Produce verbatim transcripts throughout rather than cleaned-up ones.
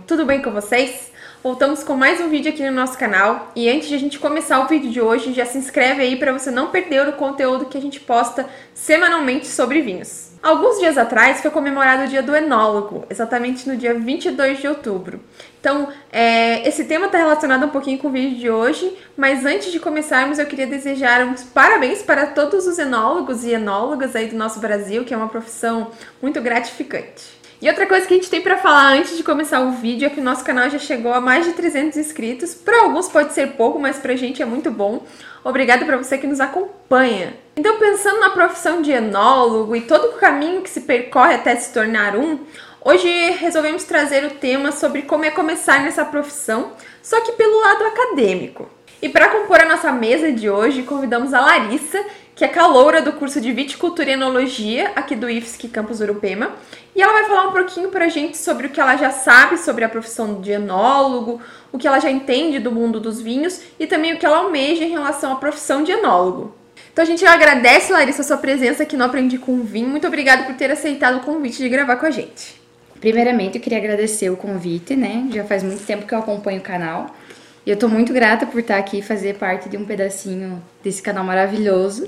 tudo bem com vocês? Voltamos com mais um vídeo aqui no nosso canal e antes de a gente começar o vídeo de hoje, já se inscreve aí para você não perder o conteúdo que a gente posta semanalmente sobre vinhos. Alguns dias atrás foi comemorado o Dia do Enólogo, exatamente no dia vinte e dois de outubro. Então, é, esse tema está relacionado um pouquinho com o vídeo de hoje, mas antes de começarmos eu queria desejar uns parabéns para todos os enólogos e enólogas aí do nosso Brasil, que é uma profissão muito gratificante. E outra coisa que a gente tem para falar antes de começar o vídeo é que o nosso canal já chegou a mais de trezentos inscritos. Para alguns pode ser pouco, mas pra gente é muito bom. Obrigada para você que nos acompanha. Então, pensando na profissão de enólogo e todo o caminho que se percorre até se tornar um, hoje resolvemos trazer o tema sobre como é começar nessa profissão, só que pelo lado acadêmico. E para compor a nossa mesa de hoje, convidamos a Larissa, que é caloura do curso de Viticultura e Enologia aqui do I F S C Campus Urupema, e ela vai falar um pouquinho pra gente sobre o que ela já sabe sobre a profissão de enólogo, o que ela já entende do mundo dos vinhos e também o que ela almeja em relação à profissão de enólogo. Então a gente agradece, Larissa, a sua presença aqui no Aprendi com Vinho. Muito obrigada por ter aceitado o convite de gravar com a gente. Primeiramente, eu queria agradecer o convite, né? Já faz muito tempo que eu acompanho o canal. E eu tô muito grata por estar aqui e fazer parte de um pedacinho desse canal maravilhoso.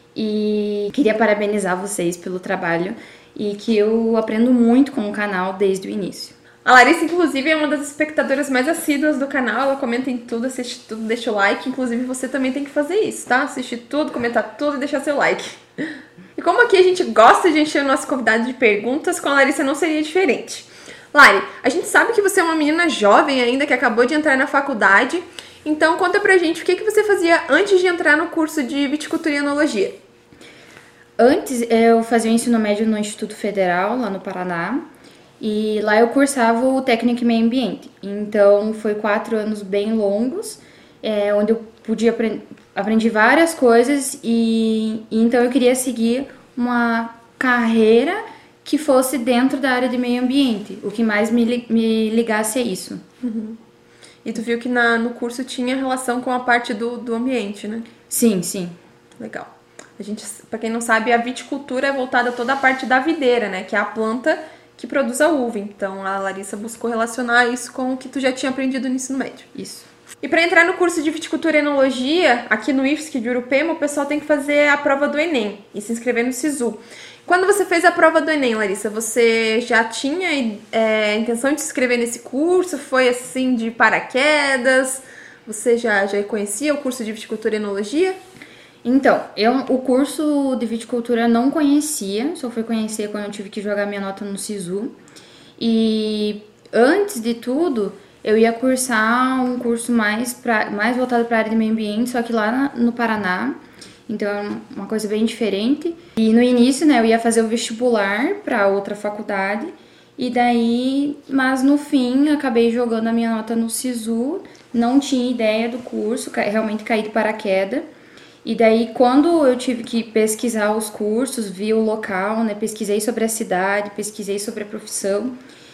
E queria parabenizar vocês pelo trabalho e que eu aprendo muito com o canal desde o início. A Larissa, inclusive, é uma das espectadoras mais assíduas do canal. Ela comenta em tudo, assiste tudo, deixa o like. Inclusive, você também tem que fazer isso, tá? Assistir tudo, comentar tudo e deixar seu like. E como aqui a gente gosta de encher o nosso convidado de perguntas, com a Larissa não seria diferente. Lari, a gente sabe que você é uma menina jovem ainda, que acabou de entrar na faculdade. Então, conta pra gente o que, que você fazia antes de entrar no curso de Viticultura e Enologia. Antes, eu fazia o ensino médio no Instituto Federal, lá no Paraná. E lá eu cursava o técnico em meio ambiente. Então, foi quatro anos bem longos, é, onde eu podia aprender, aprendi várias coisas. E, e então, eu queria seguir uma carreira que fosse dentro da área de meio ambiente, o que mais me, me ligasse a isso. Uhum. E tu viu que na, no curso tinha relação com a parte do, do ambiente, né? Sim, sim. Legal. A gente, para quem não sabe, a viticultura é voltada a toda a parte da videira, né? Que é a planta que produz a uva. Então, a Larissa buscou relacionar isso com o que tu já tinha aprendido no ensino médio. Isso. E para entrar no curso de Viticultura e Enologia, aqui no I F S C de Urupema, o pessoal tem que fazer a prova do Enem e se inscrever no SISU. Quando você fez a prova do Enem, Larissa, você já tinha é, intenção de se inscrever nesse curso? Foi assim de paraquedas? Você já, já conhecia o curso de Viticultura e Enologia? Então, eu, o curso de viticultura eu não conhecia, só fui conhecer quando eu tive que jogar minha nota no SISU. E antes de tudo, eu ia cursar um curso mais, pra, mais voltado para a área de meio ambiente, só que lá na, no Paraná. Então, é uma coisa bem diferente. E no início, né, eu ia fazer o vestibular para outra faculdade. E daí, mas no fim, acabei jogando a minha nota no SISU. Não tinha ideia do curso, realmente caí de paraquedas. E daí, quando eu tive que pesquisar os cursos, vi o local, né, pesquisei sobre a cidade, pesquisei sobre a profissão.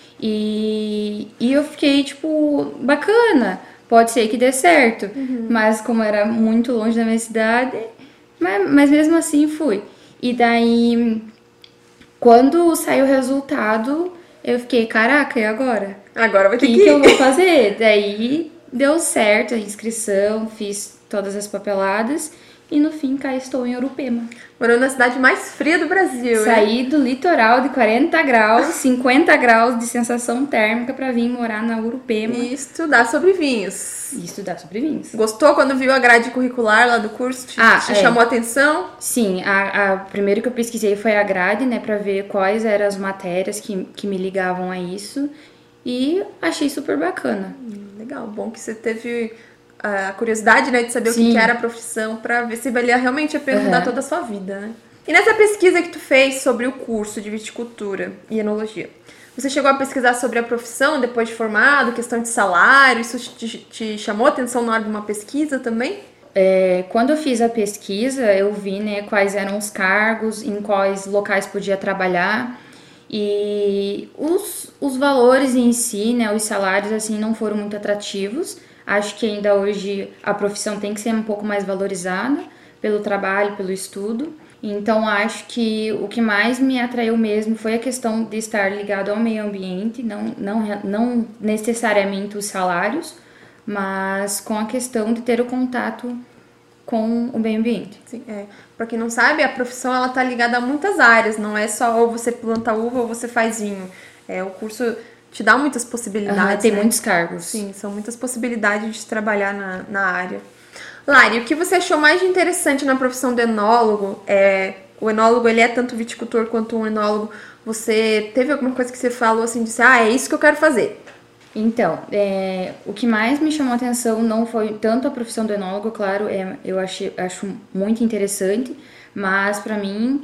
E, e eu fiquei, tipo, bacana, pode ser que dê certo. Uhum. Mas como era muito longe da minha cidade... Mas, mas mesmo assim fui. E daí, quando saiu o resultado, eu fiquei, caraca, e agora? Agora vai ter que ir. O que eu vou fazer? Daí deu certo a inscrição, fiz todas as papeladas e no fim cá estou em Urupema. Morou na cidade mais fria do Brasil, Saí né? do litoral de quarenta graus, cinquenta graus de sensação térmica pra vir morar na Urupema. E estudar sobre vinhos. E estudar sobre vinhos. Gostou quando viu a grade curricular lá do curso? Te, ah, te é. chamou a atenção? Sim, a, a primeiro que eu pesquisei foi a grade, né, pra ver quais eram as matérias que, que me ligavam a isso. E achei super bacana. Hum, legal, bom que você teve a curiosidade, né, de saber Sim. o que era a profissão, pra ver se valia realmente a pena mudar uhum. toda a sua vida, né? E nessa pesquisa que tu fez sobre o curso de viticultura e enologia, você chegou a pesquisar sobre a profissão depois de formado, questão de salário, isso te, te chamou a atenção na hora de uma pesquisa também? É, quando eu fiz a pesquisa, eu vi, né, quais eram os cargos, em quais locais podia trabalhar e os, os valores em si, né, os salários, assim, não foram muito atrativos. Acho que ainda hoje a profissão tem que ser um pouco mais valorizada pelo trabalho, pelo estudo. Então, acho que o que mais me atraiu mesmo foi a questão de estar ligado ao meio ambiente, não, não, não necessariamente os salários, mas com a questão de ter o contato com o meio ambiente. Sim, é. Pra quem não sabe, a profissão ela tá ligada a muitas áreas, não é só ou você planta uva ou você faz vinho. É, o curso te dá muitas possibilidades. Uhum, tem né? muitos cargos. Sim, são muitas possibilidades de trabalhar na, na área. Lari, o que você achou mais de interessante na profissão do enólogo? É, o enólogo ele é tanto viticultor quanto um enólogo. Você teve alguma coisa que você falou assim, disse, ah, é isso que eu quero fazer? Então, é, o que mais me chamou a atenção não foi tanto a profissão do enólogo, claro, é, eu achei, acho muito interessante, mas para mim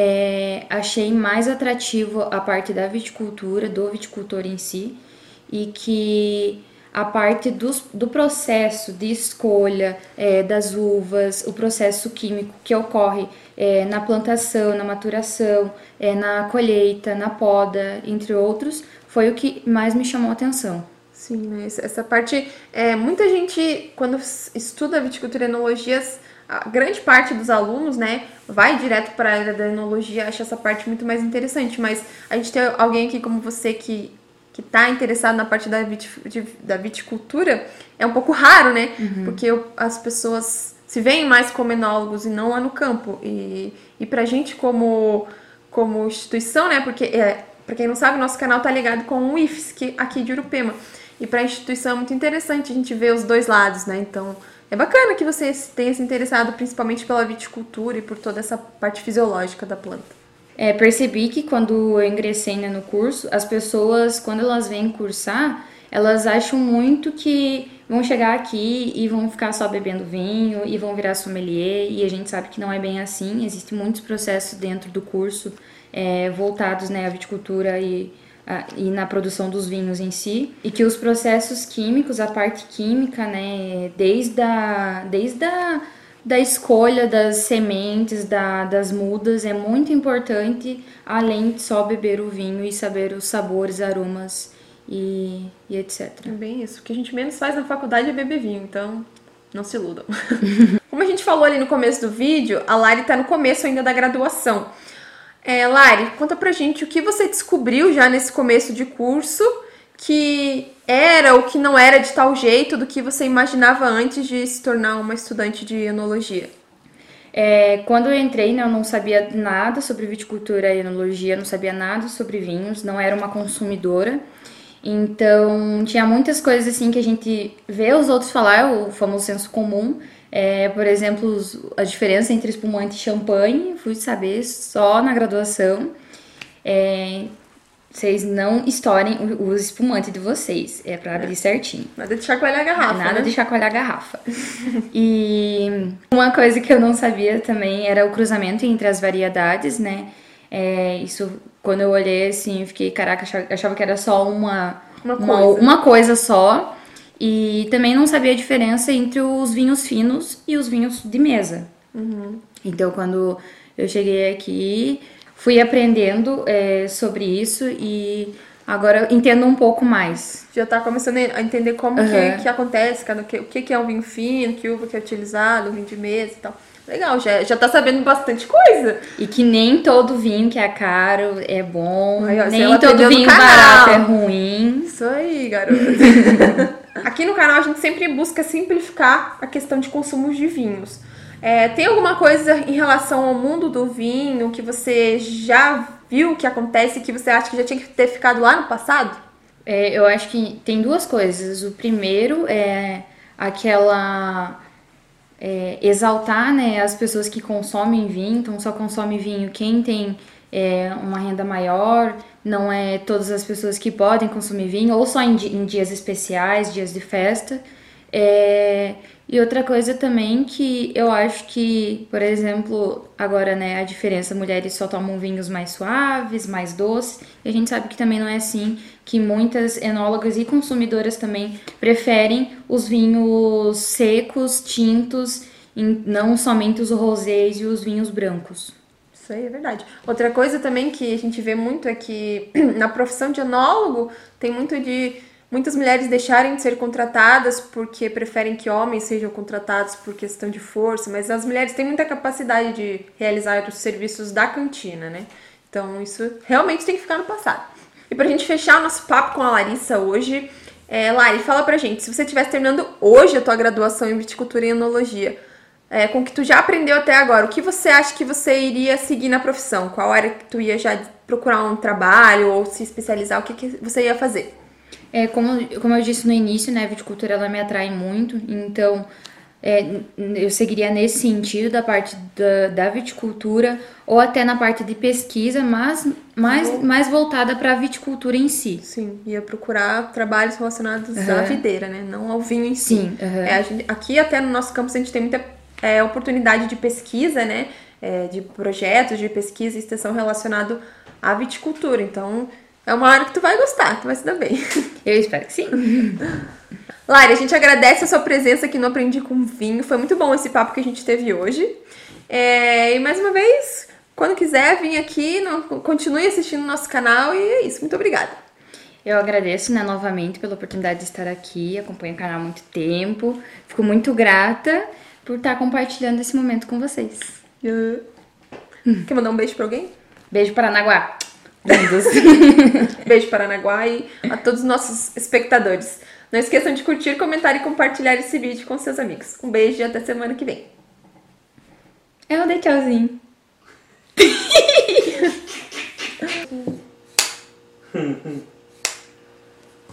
é, achei mais atrativo a parte da viticultura, do viticultor em si, e que a parte dos, do processo de escolha é, das uvas, o processo químico que ocorre é, na plantação, na maturação, é, na colheita, na poda, entre outros, foi o que mais me chamou a atenção. Sim, né? Essa parte, é, muita gente, quando estuda viticultura e enologias, a grande parte dos alunos, né, vai direto para a área da enologia, acha essa parte muito mais interessante, mas a gente tem alguém aqui como você que que está interessado na parte da, vit, de, da viticultura, é um pouco raro, né? Uhum. Porque eu, as pessoas se veem mais como enólogos e não lá no campo. E, e pra gente como, como instituição, né? Porque, é, pra quem não sabe, nosso canal tá ligado com o I F S, que, aqui de Urupema. E pra instituição é muito interessante a gente ver os dois lados, né? Então, é bacana que você tenha se interessado principalmente pela viticultura e por toda essa parte fisiológica da planta. É, percebi que quando eu ingressei, né, no curso, as pessoas, quando elas vêm cursar, elas acham muito que vão chegar aqui e vão ficar só bebendo vinho e vão virar sommelier, e a gente sabe que não é bem assim. Existem muitos processos dentro do curso é, voltados, né, à viticultura e, a, e na produção dos vinhos em si, e que os processos químicos, a parte química, né, desde a, desde a da escolha das sementes, da, das mudas, é muito importante, além de só beber o vinho e saber os sabores, aromas e, e etcétera. É bem isso. O que a gente menos faz na faculdade é beber vinho, então não se iludam. Como a gente falou ali no começo do vídeo, a Lari tá no começo ainda da graduação. É, Lari, conta pra gente o que você descobriu já nesse começo de curso que era ou que não era de tal jeito do que você imaginava antes de se tornar uma estudante de enologia? É, quando eu entrei, né, eu não sabia nada sobre viticultura e enologia, não sabia nada sobre vinhos, não era uma consumidora. Então, tinha muitas coisas assim que a gente vê os outros falar, o famoso senso comum. É, por exemplo, a diferença entre espumante e champanhe, fui saber só na graduação. É, Vocês não estourem os espumantes de vocês. É pra abrir é. certinho. Nada de chacoalhar a garrafa. Nada né? de chacoalhar a garrafa. E uma coisa que eu não sabia também era o cruzamento entre as variedades, né? É, isso, quando eu olhei assim, eu fiquei, caraca, achava que era só uma, uma, uma, coisa. uma coisa só. E também não sabia a diferença entre os vinhos finos e os vinhos de mesa. Uhum. Então, quando eu cheguei aqui, fui aprendendo é, sobre isso e agora eu entendo um pouco mais. Já tá começando a entender como uhum. que, que acontece, cada, que, o que, que é um vinho fino, que uva que é utilizado, vinho de mesa e tal. Legal, já, já tá sabendo bastante coisa. E que nem todo vinho que é caro é bom, aí, ó, nem todo vinho barato é ruim. Isso aí, garota. Aqui no canal a gente sempre busca simplificar a questão de consumo de vinhos. É, tem alguma coisa em relação ao mundo do vinho que você já viu que acontece que você acha que já tinha que ter ficado lá no passado? É, eu acho que tem duas coisas. O primeiro é aquela... É, exaltar, né, as pessoas que consomem vinho, então só consome vinho quem tem é, uma renda maior, não é todas as pessoas que podem consumir vinho, ou só em, em dias especiais, dias de festa. É, e outra coisa também que eu acho que, por exemplo, agora, né, a diferença, mulheres só tomam vinhos mais suaves, mais doces, e a gente sabe que também não é assim, que muitas enólogas e consumidoras também preferem os vinhos secos, tintos, não somente os rosés e os vinhos brancos. Isso aí é verdade. Outra coisa também que a gente vê muito é que na profissão de enólogo tem muito de muitas mulheres deixarem de ser contratadas porque preferem que homens sejam contratados por questão de força, mas as mulheres têm muita capacidade de realizar os serviços da cantina, né? Então isso realmente tem que ficar no passado. E pra gente fechar o nosso papo com a Larissa hoje, é, Lari, fala pra gente, se você estivesse terminando hoje a tua graduação em viticultura e enologia, é, com o que tu já aprendeu até agora, o que você acha que você iria seguir na profissão? Qual área que tu ia já procurar um trabalho ou se especializar? O que, que você ia fazer? É, como, como eu disse no início, né, a viticultura ela me atrai muito, então é, eu seguiria nesse sentido da parte da, da viticultura ou até na parte de pesquisa, mas mais, uhum. mais voltada para a viticultura em si. Sim, ia procurar trabalhos relacionados uhum. à videira, né, não ao vinho em si. Sim. Uhum. É, a gente, aqui até no nosso campus a gente tem muita é, oportunidade de pesquisa, né, é, de projetos de pesquisa e extensão relacionado à viticultura, então é uma área que tu vai gostar, tu vai se dar bem. Eu espero que sim. Lari, a gente agradece a sua presença aqui no Aprendi com Vinho. Foi muito bom esse papo que a gente teve hoje. É, e mais uma vez, quando quiser vir aqui, no, continue assistindo o nosso canal. E é isso, muito obrigada. Eu agradeço, né, novamente pela oportunidade de estar aqui. Acompanho o canal há muito tempo. Fico muito grata por estar compartilhando esse momento com vocês. Uh. Quer mandar um beijo pra alguém? Beijo, Paranaguá. Lindos. Beijo, Paranaguá, e a todos os nossos espectadores. Não esqueçam de curtir, comentar e compartilhar esse vídeo com seus amigos. Um beijo e até semana que vem. Eu dei tchauzinho.